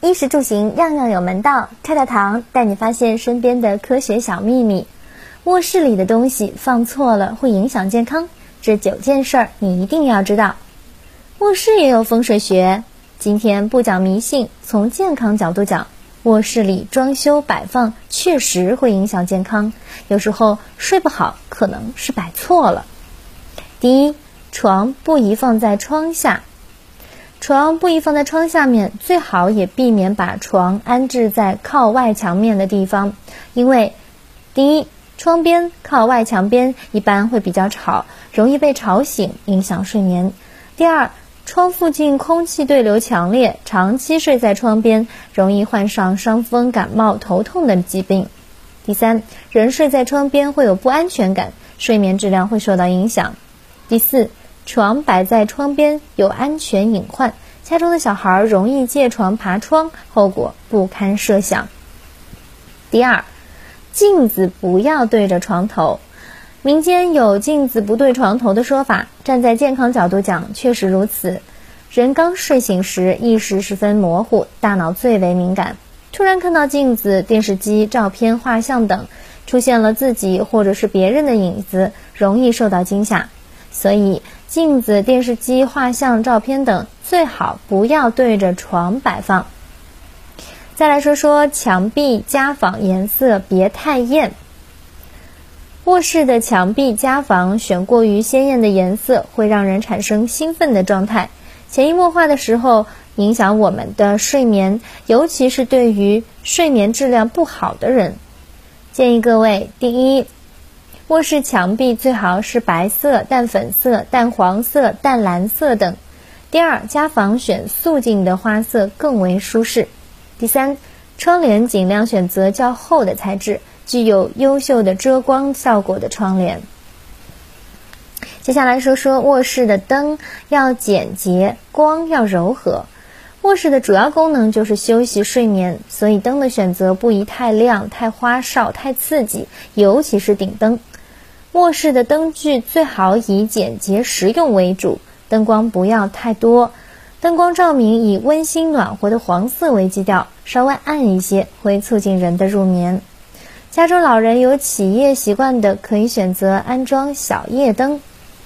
衣食住行样样有门道，跳跳糖带你发现身边的科学小秘密。卧室里的东西放错了会影响健康，这9件事儿你一定要知道。卧室也有风水学，今天不讲迷信，从健康角度讲，卧室里装修摆放确实会影响健康，有时候睡不好可能是摆错了。第一，床不宜放在窗下。床不宜放在窗下面，最好也避免把床安置在靠外墙面的地方，因为第一，窗边靠外墙边一般会比较吵，容易被吵醒，影响睡眠。第二，窗附近空气对流强烈，长期睡在窗边，容易患上伤风感冒头痛的疾病。第三，人睡在窗边会有不安全感，睡眠质量会受到影响。第四，床摆在窗边有安全隐患，家中的小孩容易借床爬窗，后果不堪设想。第二，镜子不要对着床头。民间有镜子不对床头的说法，站在健康角度讲，确实如此。人刚睡醒时意识十分模糊，大脑最为敏感，突然看到镜子、电视机、照片、画像等出现了自己或者是别人的影子，容易受到惊吓。所以镜子、电视机、画像、照片等最好不要对着床摆放。再来说说墙壁家纺颜色别太艳。卧室的墙壁家纺选过于鲜艳的颜色，会让人产生兴奋的状态，潜移默化的时候影响我们的睡眠，尤其是对于睡眠质量不好的人。建议各位，第一，卧室墙壁最好是白色、淡粉色、淡黄色、淡蓝色等。第二，家纺选素净的花色更为舒适。第三，窗帘尽量选择较厚的材质，具有优秀的遮光效果的窗帘。接下来说说卧室的灯要简洁，光要柔和。卧室的主要功能就是休息睡眠，所以灯的选择不宜太亮、太花哨、太刺激，尤其是顶灯。卧室的灯具最好以简洁实用为主，灯光不要太多。灯光照明以温馨暖和的黄色为基调，稍微暗一些会促进人的入眠。家中老人有起夜习惯的，可以选择安装小夜灯。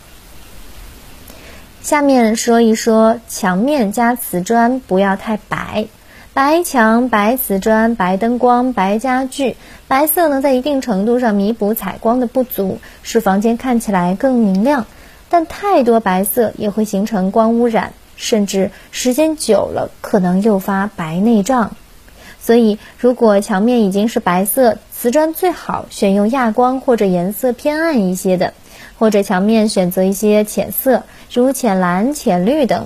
下面说一说墙面加瓷砖不要太白。白墙、白瓷砖、白灯光、白家具，白色能在一定程度上弥补采光的不足，使房间看起来更明亮，但太多白色也会形成光污染，甚至时间久了可能诱发白内障。所以如果墙面已经是白色，瓷砖最好选用亚光或者颜色偏暗一些的，或者墙面选择一些浅色，如浅蓝、浅绿等。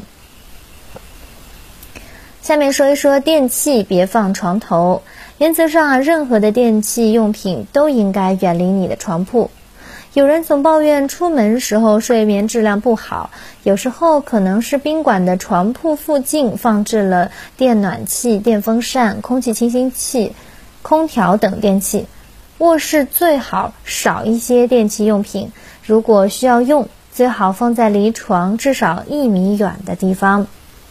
下面说一说电器别放床头。原则上任何的电器用品都应该远离你的床铺。有人总抱怨出门时候睡眠质量不好，有时候可能是宾馆的床铺附近放置了电暖器、电风扇、空气清新器、空调等电器。卧室最好少一些电器用品，如果需要用，最好放在离床至少1米远的地方。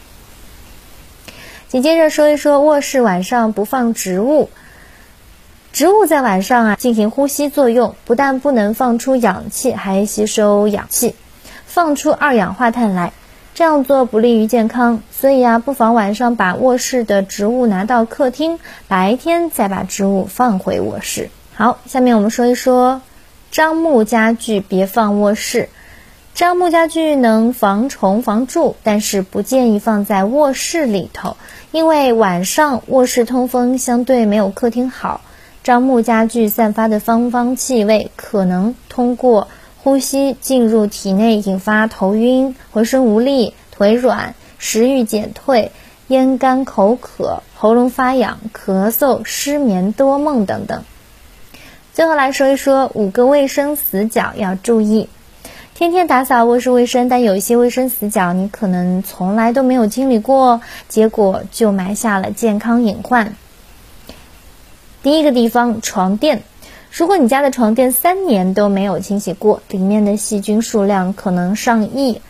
紧接着说一说卧室晚上不放植物。植物在晚上进行呼吸作用，不但不能放出氧气，还吸收氧气，放出2氧化碳来，这样做不利于健康。所以不妨晚上把卧室的植物拿到客厅，白天再把植物放回卧室。好，下面我们说一说樟木家具别放卧室。樟木家具能防虫防蛀，但是不建议放在卧室里头，因为晚上卧室通风相对没有客厅好，樟木家具散发的芳气味可能通过呼吸进入体内，引发头晕、浑身无力、腿软、食欲减退、咽干口渴、喉咙发痒、咳嗽、失眠多梦等等。最后来说一说5个卫生死角要注意。天天打扫卧室卫生，但有一些卫生死角你可能从来都没有清理过，结果就埋下了健康隐患。第一个地方，床垫。如果你家的床垫3年都没有清洗过，里面的细菌数量可能上亿。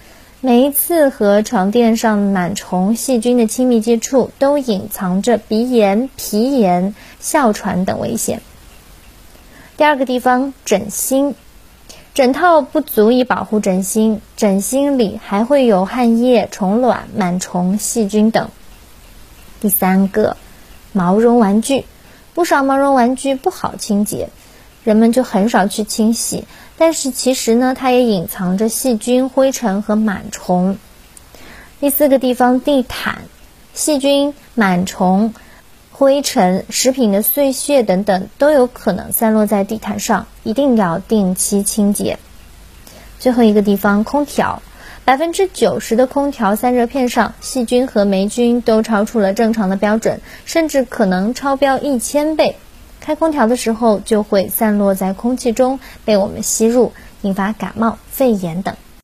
每一次和床垫上螨虫、细菌的亲密接触，都隐藏着鼻炎、皮炎、哮喘等危险。第二个地方，枕芯。枕套不足以保护枕芯，枕芯里还会有汗液、虫卵、螨虫、细菌等。第三个，毛绒玩具。不少毛绒玩具不好清洁，人们就很少去清洗，但是其实呢，它也隐藏着细菌、灰尘和螨虫。第四个地方，地毯。细菌、螨虫、灰尘、食品的碎屑等等都有可能散落在地毯上，一定要定期清洁。最后一个地方，空调。90%的空调散热片上，细菌和霉菌都超出了正常的标准，甚至可能超标1000倍。开空调的时候就会散落在空气中，被我们吸入，引发感冒、肺炎等。